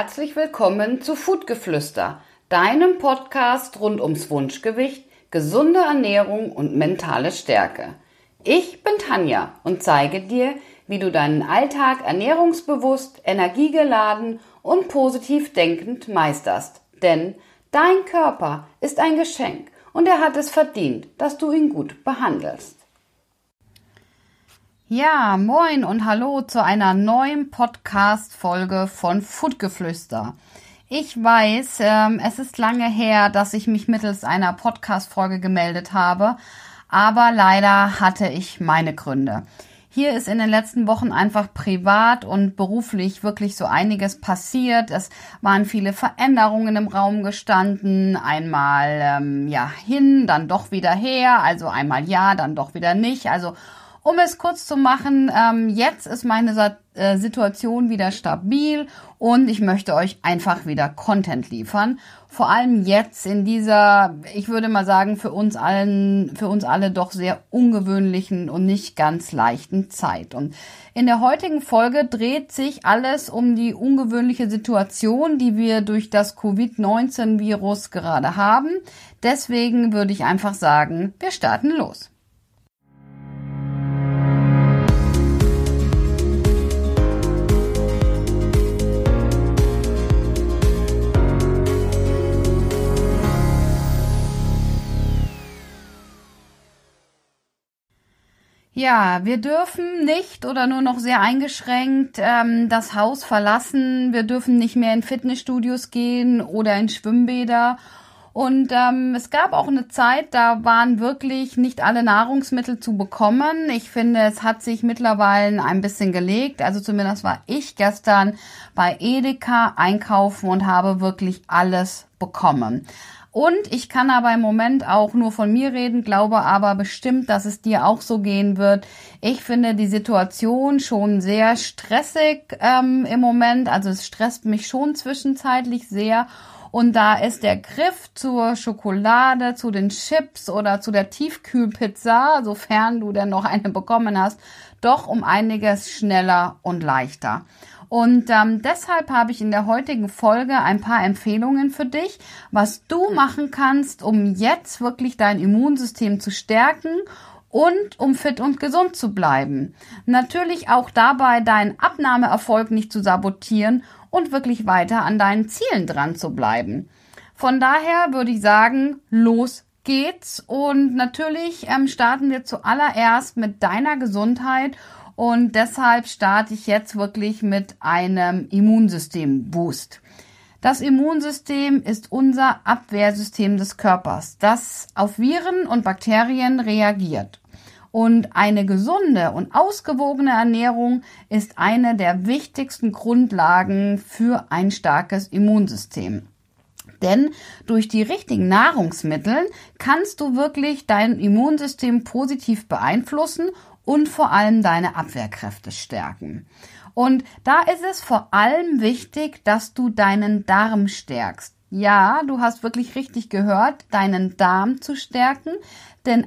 herzlich willkommen zu Foodgeflüster, deinem Podcast rund ums Wunschgewicht, gesunde Ernährung und mentale Stärke. Ich bin Tanja und zeige dir, wie du deinen Alltag ernährungsbewusst, energiegeladen und positiv denkend meisterst. Denn dein Körper ist ein Geschenk und er hat es verdient, dass du ihn gut behandelst. Ja, moin und hallo zu einer neuen Podcast-Folge von Foodgeflüster. Ich weiß, es ist lange her, dass ich mich mittels einer Podcast-Folge gemeldet habe, aber leider hatte ich meine Gründe. Hier ist in den letzten Wochen einfach privat und beruflich wirklich so einiges passiert. Es waren viele Veränderungen im Raum gestanden. Einmal hin, dann doch wieder her. Also einmal ja, dann doch wieder nicht. Also um es kurz zu machen, jetzt ist meine Situation wieder stabil und ich möchte euch einfach wieder Content liefern. Vor allem jetzt in dieser, ich würde mal sagen, für uns alle doch sehr ungewöhnlichen und nicht ganz leichten Zeit. Und in der heutigen Folge dreht sich alles um die ungewöhnliche Situation, die wir durch das Covid-19-Virus gerade haben. Deswegen würde ich einfach sagen, wir starten los. Ja, wir dürfen nicht oder nur noch sehr eingeschränkt das Haus verlassen. Wir dürfen nicht mehr in Fitnessstudios gehen oder in Schwimmbäder. Und es gab auch eine Zeit, da waren wirklich nicht alle Nahrungsmittel zu bekommen. Ich finde, es hat sich mittlerweile ein bisschen gelegt. Also zumindest war ich gestern bei Edeka einkaufen und habe wirklich alles bekommen. Und ich kann aber im Moment auch nur von mir reden, glaube aber bestimmt, dass es dir auch so gehen wird. Ich finde die Situation schon sehr stressig im Moment. Also es stresst mich schon zwischenzeitlich sehr. Und da ist der Griff zur Schokolade, zu den Chips oder zu der Tiefkühlpizza, sofern du denn noch eine bekommen hast, doch um einiges schneller und leichter. Und deshalb habe ich in der heutigen Folge ein paar Empfehlungen für dich, was du machen kannst, um jetzt wirklich dein Immunsystem zu stärken und um fit und gesund zu bleiben. Natürlich auch dabei deinen Abnahmeerfolg nicht zu sabotieren und wirklich weiter an deinen Zielen dran zu bleiben. Von daher würde ich sagen, los geht's. Und natürlich starten wir zuallererst mit deiner Gesundheit. Und deshalb starte ich jetzt wirklich mit einem Immunsystem-Boost. Das Immunsystem ist unser Abwehrsystem des Körpers, das auf Viren und Bakterien reagiert. Und eine gesunde und ausgewogene Ernährung ist eine der wichtigsten Grundlagen für ein starkes Immunsystem. Denn durch die richtigen Nahrungsmittel kannst du wirklich dein Immunsystem positiv beeinflussen und vor allem deine Abwehrkräfte stärken. Und da ist es vor allem wichtig, dass du deinen Darm stärkst. Ja, du hast wirklich richtig gehört, deinen Darm zu stärken, denn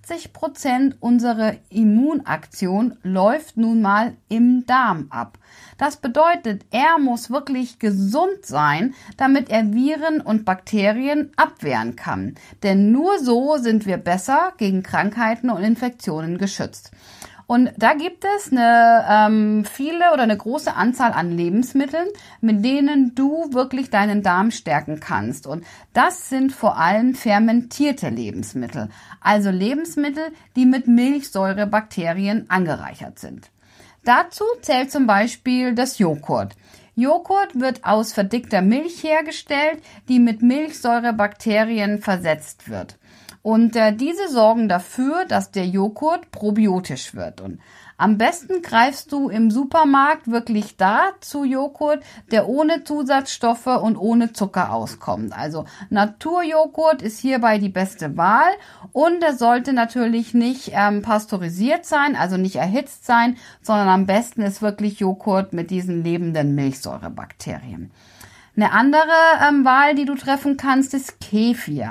80% unserer Immunaktion läuft nun mal im Darm ab. Das bedeutet, er muss wirklich gesund sein, damit er Viren und Bakterien abwehren kann. Denn nur so sind wir besser gegen Krankheiten und Infektionen geschützt. Und da gibt es eine große Anzahl an Lebensmitteln, mit denen du wirklich deinen Darm stärken kannst. Und das sind vor allem fermentierte Lebensmittel, also Lebensmittel, die mit Milchsäurebakterien angereichert sind. Dazu zählt zum Beispiel das Joghurt. Joghurt wird aus verdickter Milch hergestellt, die mit Milchsäurebakterien versetzt wird. Und diese sorgen dafür, dass der Joghurt probiotisch wird. Und am besten greifst du im Supermarkt wirklich da zu Joghurt, der ohne Zusatzstoffe und ohne Zucker auskommt. Also Naturjoghurt ist hierbei die beste Wahl und er sollte natürlich nicht pasteurisiert sein, also nicht erhitzt sein, sondern am besten ist wirklich Joghurt mit diesen lebenden Milchsäurebakterien. Eine andere Wahl, die du treffen kannst, ist Kefir.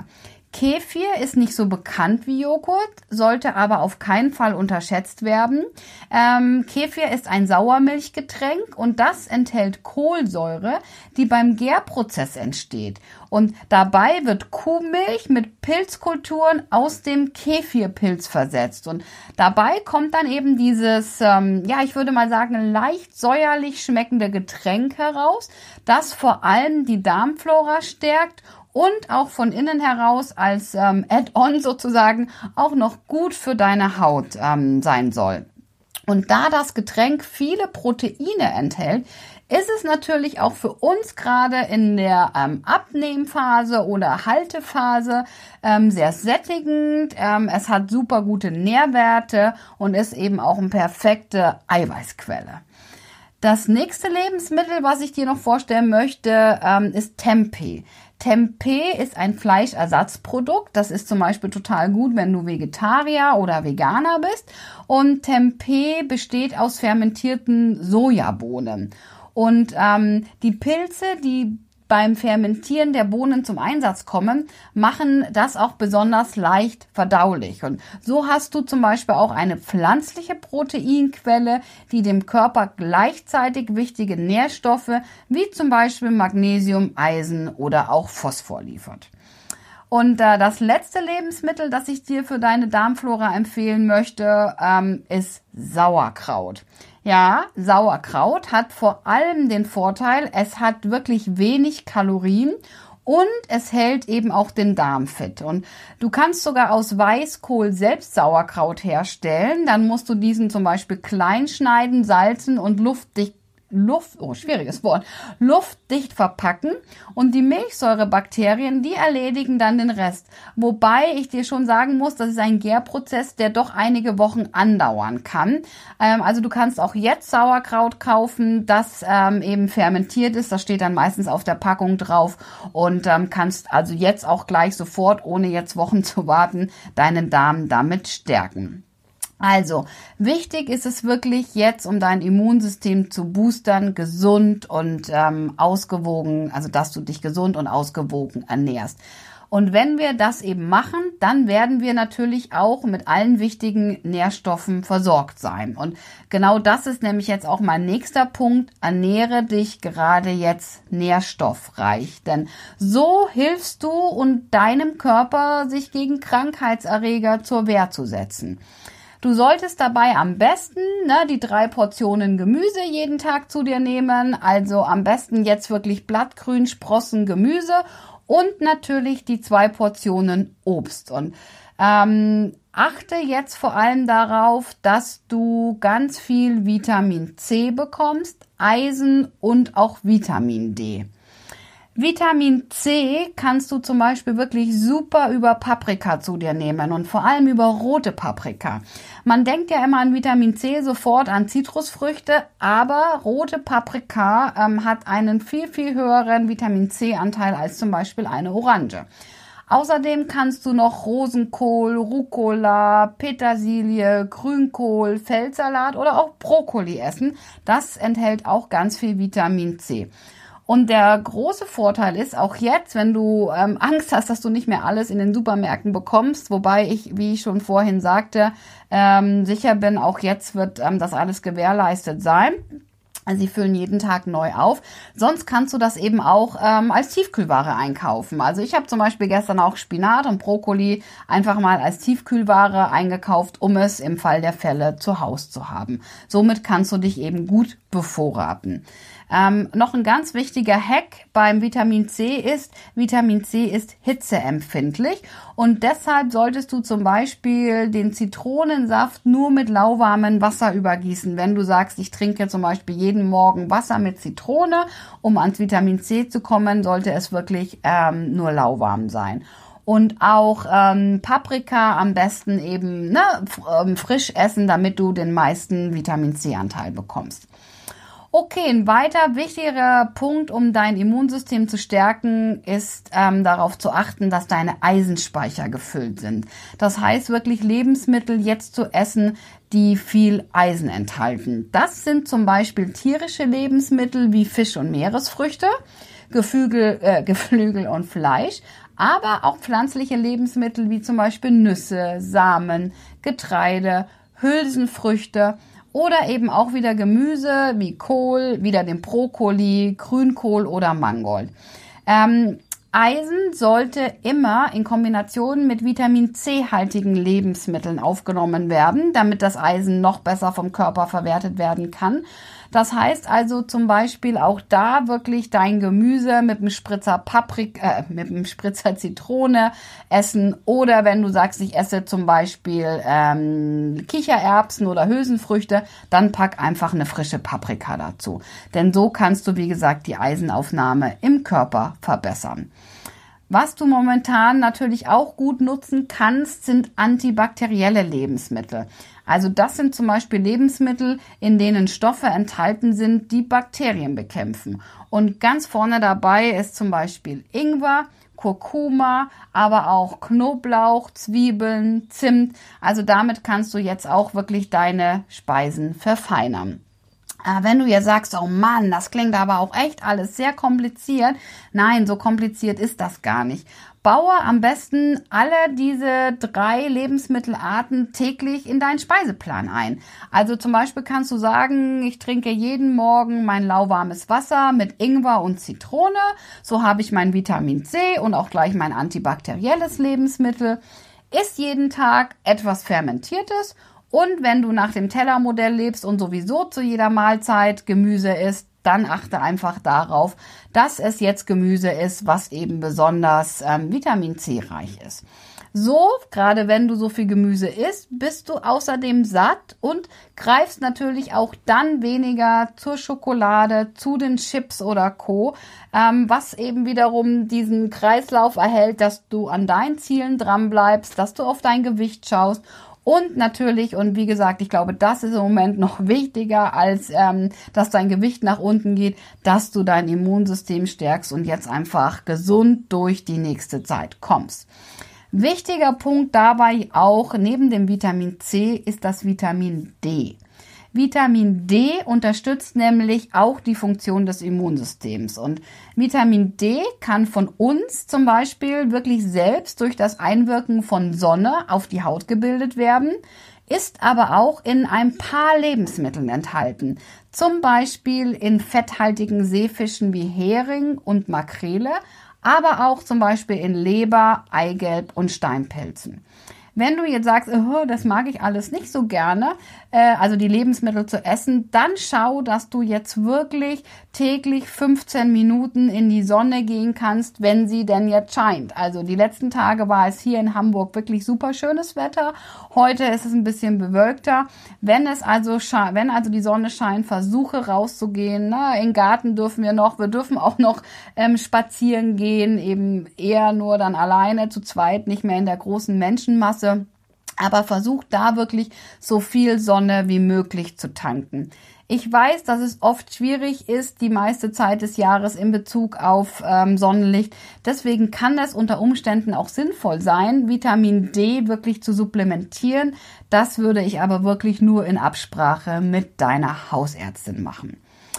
Kefir ist nicht so bekannt wie Joghurt, sollte aber auf keinen Fall unterschätzt werden. Kefir ist ein Sauermilchgetränk und das enthält Kohlsäure, die beim Gärprozess entsteht. Und dabei wird Kuhmilch mit Pilzkulturen aus dem Kefirpilz versetzt. Und dabei kommt dann eben dieses, ich würde mal sagen, leicht säuerlich schmeckende Getränk heraus, das vor allem die Darmflora stärkt und auch von innen heraus als Add-on sozusagen auch noch gut für deine Haut sein soll. Und da das Getränk viele Proteine enthält, ist es natürlich auch für uns gerade in der Abnehmphase oder Haltephase sehr sättigend. Es hat super gute Nährwerte und ist eben auch eine perfekte Eiweißquelle. Das nächste Lebensmittel, was ich dir noch vorstellen möchte, ist Tempeh. Tempeh ist ein Fleischersatzprodukt. Das ist zum Beispiel total gut, wenn du Vegetarier oder Veganer bist. Und Tempeh besteht aus fermentierten Sojabohnen. Und die Pilze, die beim Fermentieren der Bohnen zum Einsatz kommen, machen das auch besonders leicht verdaulich. Und so hast du zum Beispiel auch eine pflanzliche Proteinquelle, die dem Körper gleichzeitig wichtige Nährstoffe wie zum Beispiel Magnesium, Eisen oder auch Phosphor liefert. Und das letzte Lebensmittel, das ich dir für deine Darmflora empfehlen möchte, ist Sauerkraut. Ja, Sauerkraut hat vor allem den Vorteil, es hat wirklich wenig Kalorien und es hält eben auch den Darm fit. Und du kannst sogar aus Weißkohl selbst Sauerkraut herstellen. Dann musst du diesen zum Beispiel klein schneiden, salzen und luftdicht verpacken und die Milchsäurebakterien, die erledigen dann den Rest. Wobei ich dir schon sagen muss, das ist ein Gärprozess, der doch einige Wochen andauern kann. Also du kannst auch jetzt Sauerkraut kaufen, das eben fermentiert ist. Das steht dann meistens auf der Packung drauf und kannst also jetzt auch gleich sofort, ohne jetzt Wochen zu warten, deinen Darm damit stärken. Also, wichtig ist es wirklich jetzt, um dein Immunsystem zu boostern, gesund und ausgewogen, also dass du dich gesund und ausgewogen ernährst. Und wenn wir das eben machen, dann werden wir natürlich auch mit allen wichtigen Nährstoffen versorgt sein. Und genau das ist nämlich jetzt auch mein nächster Punkt. Ernähre dich gerade jetzt nährstoffreich. Denn so hilfst du und deinem Körper, sich gegen Krankheitserreger zur Wehr zu setzen. Du solltest dabei am besten die 3 Portionen Gemüse jeden Tag zu dir nehmen. Also am besten jetzt wirklich Blattgrün, Sprossen, Gemüse und natürlich die 2 Portionen Obst. Und achte jetzt vor allem darauf, dass du ganz viel Vitamin C bekommst, Eisen und auch Vitamin D. Vitamin C kannst du zum Beispiel wirklich super über Paprika zu dir nehmen und vor allem über rote Paprika. Man denkt ja immer an Vitamin C sofort an Zitrusfrüchte, aber rote Paprika hat einen viel, viel höheren Vitamin C-Anteil als zum Beispiel eine Orange. Außerdem kannst du noch Rosenkohl, Rucola, Petersilie, Grünkohl, Feldsalat oder auch Brokkoli essen. Das enthält auch ganz viel Vitamin C. Und der große Vorteil ist, auch jetzt, wenn du Angst hast, dass du nicht mehr alles in den Supermärkten bekommst, wobei ich, wie ich schon vorhin sagte, sicher bin, auch jetzt wird das alles gewährleistet sein. Also sie füllen jeden Tag neu auf. Sonst kannst du das eben auch als Tiefkühlware einkaufen. Also ich habe zum Beispiel gestern auch Spinat und Brokkoli einfach mal als Tiefkühlware eingekauft, um es im Fall der Fälle zu Hause zu haben. Somit kannst du dich eben gut bevorraten. Noch ein ganz wichtiger Hack beim Vitamin C ist hitzeempfindlich und deshalb solltest du zum Beispiel den Zitronensaft nur mit lauwarmem Wasser übergießen. Wenn du sagst, ich trinke zum Beispiel jeden Morgen Wasser mit Zitrone, um ans Vitamin C zu kommen, sollte es wirklich nur lauwarm sein. Und auch Paprika am besten eben frisch essen, damit du den meisten Vitamin C-Anteil bekommst. Okay, ein weiter wichtiger Punkt, um dein Immunsystem zu stärken, ist darauf zu achten, dass deine Eisenspeicher gefüllt sind. Das heißt wirklich Lebensmittel jetzt zu essen, die viel Eisen enthalten. Das sind zum Beispiel tierische Lebensmittel wie Fisch und Meeresfrüchte. Geflügel und Fleisch, aber auch pflanzliche Lebensmittel wie zum Beispiel Nüsse, Samen, Getreide, Hülsenfrüchte oder eben auch wieder Gemüse wie Kohl, wieder den Brokkoli, Grünkohl oder Mangold. Eisen sollte immer in Kombination mit Vitamin C-haltigen Lebensmitteln aufgenommen werden, damit das Eisen noch besser vom Körper verwertet werden kann. Das heißt also zum Beispiel auch da wirklich dein Gemüse mit einem Spritzer mit einem Spritzer Zitrone essen, oder wenn du sagst, ich esse zum Beispiel Kichererbsen oder Hülsenfrüchte, dann pack einfach eine frische Paprika dazu. Denn so kannst du, wie gesagt, die Eisenaufnahme im Körper verbessern. Was du momentan natürlich auch gut nutzen kannst, sind antibakterielle Lebensmittel. Also das sind zum Beispiel Lebensmittel, in denen Stoffe enthalten sind, die Bakterien bekämpfen. Und ganz vorne dabei ist zum Beispiel Ingwer, Kurkuma, aber auch Knoblauch, Zwiebeln, Zimt. Also damit kannst du jetzt auch wirklich deine Speisen verfeinern. Wenn du jetzt sagst, oh Mann, das klingt aber auch echt alles sehr kompliziert. Nein, so kompliziert ist das gar nicht. Baue am besten alle diese 3 Lebensmittelarten täglich in deinen Speiseplan ein. Also zum Beispiel kannst du sagen, ich trinke jeden Morgen mein lauwarmes Wasser mit Ingwer und Zitrone. So habe ich mein Vitamin C und auch gleich mein antibakterielles Lebensmittel. Iss jeden Tag etwas Fermentiertes. Und wenn du nach dem Tellermodell lebst und sowieso zu jeder Mahlzeit Gemüse isst, dann achte einfach darauf, dass es jetzt Gemüse ist, was eben besonders Vitamin C reich ist. So, gerade wenn du so viel Gemüse isst, bist du außerdem satt und greifst natürlich auch dann weniger zur Schokolade, zu den Chips oder Co., was eben wiederum diesen Kreislauf erhält, dass du an deinen Zielen dran bleibst, dass du auf dein Gewicht schaust. Und natürlich, und wie gesagt, ich glaube, das ist im Moment noch wichtiger, als dass dein Gewicht nach unten geht, dass du dein Immunsystem stärkst und jetzt einfach gesund durch die nächste Zeit kommst. Wichtiger Punkt dabei auch neben dem Vitamin C ist das Vitamin D. Vitamin D unterstützt nämlich auch die Funktion des Immunsystems, und Vitamin D kann von uns zum Beispiel wirklich selbst durch das Einwirken von Sonne auf die Haut gebildet werden, ist aber auch in ein paar Lebensmitteln enthalten, zum Beispiel in fetthaltigen Seefischen wie Hering und Makrele, aber auch zum Beispiel in Leber, Eigelb und Steinpilzen. Wenn du jetzt sagst, das mag ich alles nicht so gerne, also die Lebensmittel zu essen, dann schau, dass du jetzt wirklich täglich 15 Minuten in die Sonne gehen kannst, wenn sie denn jetzt scheint. Also die letzten Tage war es hier in Hamburg wirklich super schönes Wetter. Heute ist es ein bisschen bewölkter. Wenn also die Sonne scheint, versuche rauszugehen. In den Garten dürfen wir dürfen auch noch spazieren gehen, eben eher nur dann alleine, zu zweit, nicht mehr in der großen Menschenmasse. Aber versuch da wirklich so viel Sonne wie möglich zu tanken. Ich weiß, dass es oft schwierig ist, die meiste Zeit des Jahres in Bezug auf Sonnenlicht. Deswegen kann es unter Umständen auch sinnvoll sein, Vitamin D wirklich zu supplementieren. Das würde ich aber wirklich nur in Absprache mit deiner Hausärztin machen.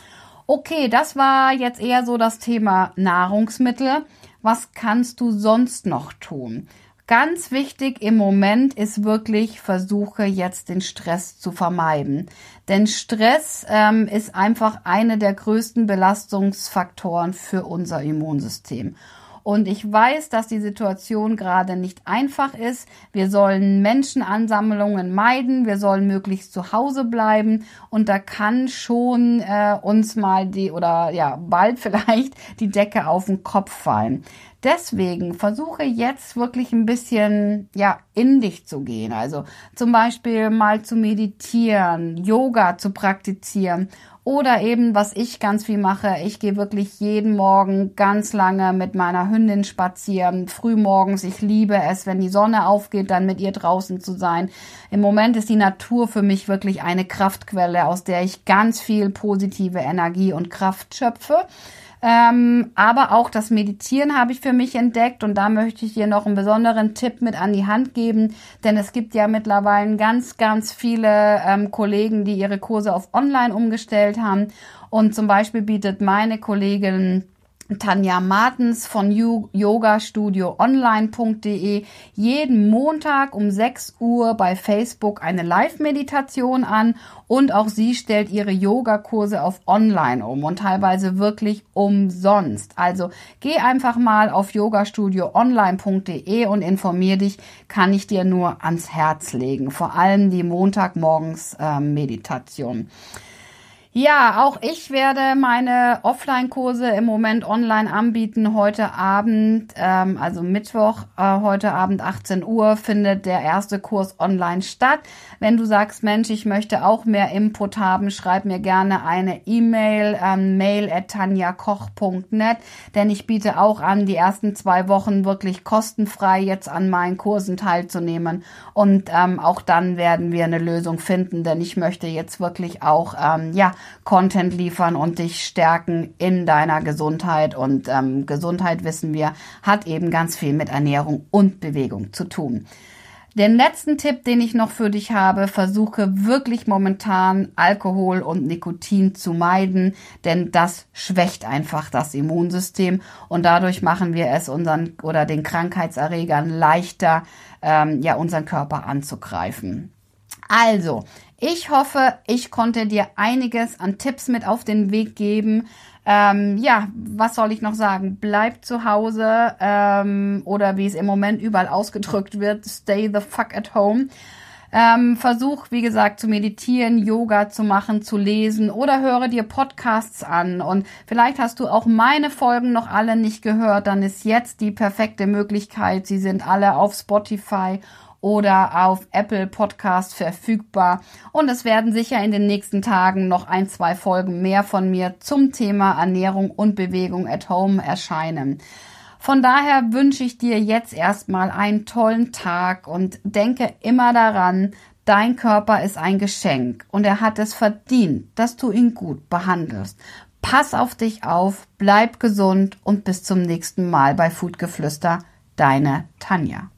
Okay, das war jetzt eher so das Thema Nahrungsmittel. Was kannst du sonst noch tun? Ganz wichtig im Moment ist wirklich, versuche jetzt den Stress zu vermeiden. Denn Stress ist einfach eine der größten Belastungsfaktoren für unser Immunsystem. Und ich weiß, dass die Situation gerade nicht einfach ist. Wir sollen Menschenansammlungen meiden. Wir sollen möglichst zu Hause bleiben. Und da kann schon uns mal bald vielleicht die Decke auf den Kopf fallen. Deswegen versuche jetzt wirklich ein bisschen, in dich zu gehen. Also zum Beispiel mal zu meditieren, Yoga zu praktizieren. Oder eben, was ich ganz viel mache, ich gehe wirklich jeden Morgen ganz lange mit meiner Hündin spazieren, frühmorgens. Ich liebe es, wenn die Sonne aufgeht, dann mit ihr draußen zu sein. Im Moment ist die Natur für mich wirklich eine Kraftquelle, aus der ich ganz viel positive Energie und Kraft schöpfe. Aber auch das Meditieren habe ich für mich entdeckt, und da möchte ich dir noch einen besonderen Tipp mit an die Hand geben, denn es gibt ja mittlerweile ganz, ganz viele Kollegen, die ihre Kurse auf Online umgestellt haben, und zum Beispiel bietet meine Kollegin Tanja Martens von yogastudioonline.de jeden Montag um 6 Uhr bei Facebook eine Live-Meditation an und auch sie stellt ihre Yogakurse auf Online um und teilweise wirklich umsonst. Also geh einfach mal auf yogastudioonline.de und informier dich, kann ich dir nur ans Herz legen. Vor allem die Montagmorgens Meditation. Ja, auch ich werde meine Offline-Kurse im Moment online anbieten. Heute Abend, also Mittwoch, heute Abend 18 Uhr findet der erste Kurs online statt. Wenn du sagst, Mensch, ich möchte auch mehr Input haben, schreib mir gerne eine E-Mail, mail@tanjakoch.net, denn ich biete auch an, die ersten 2 Wochen wirklich kostenfrei jetzt an meinen Kursen teilzunehmen. Und auch dann werden wir eine Lösung finden, denn ich möchte jetzt wirklich auch, Content liefern und dich stärken in deiner Gesundheit. Und Gesundheit, wissen wir, hat eben ganz viel mit Ernährung und Bewegung zu tun. Den letzten Tipp, den ich noch für dich habe, versuche wirklich momentan Alkohol und Nikotin zu meiden, denn das schwächt einfach das Immunsystem und dadurch machen wir es den Krankheitserregern leichter, unseren Körper anzugreifen. Also, ich hoffe, ich konnte dir einiges an Tipps mit auf den Weg geben. Was soll ich noch sagen? Bleib zu Hause oder wie es im Moment überall ausgedrückt wird, stay the fuck at home. Versuch, wie gesagt, zu meditieren, Yoga zu machen, zu lesen oder höre dir Podcasts an. Und vielleicht hast du auch meine Folgen noch alle nicht gehört, dann ist jetzt die perfekte Möglichkeit. Sie sind alle auf Spotify oder auf Apple Podcast verfügbar. Und es werden sicher in den nächsten Tagen noch 1-2 Folgen mehr von mir zum Thema Ernährung und Bewegung at Home erscheinen. Von daher wünsche ich dir jetzt erstmal einen tollen Tag und denke immer daran, dein Körper ist ein Geschenk und er hat es verdient, dass du ihn gut behandelst. Pass auf dich auf, bleib gesund und bis zum nächsten Mal bei Foodgeflüster, deine Tanja.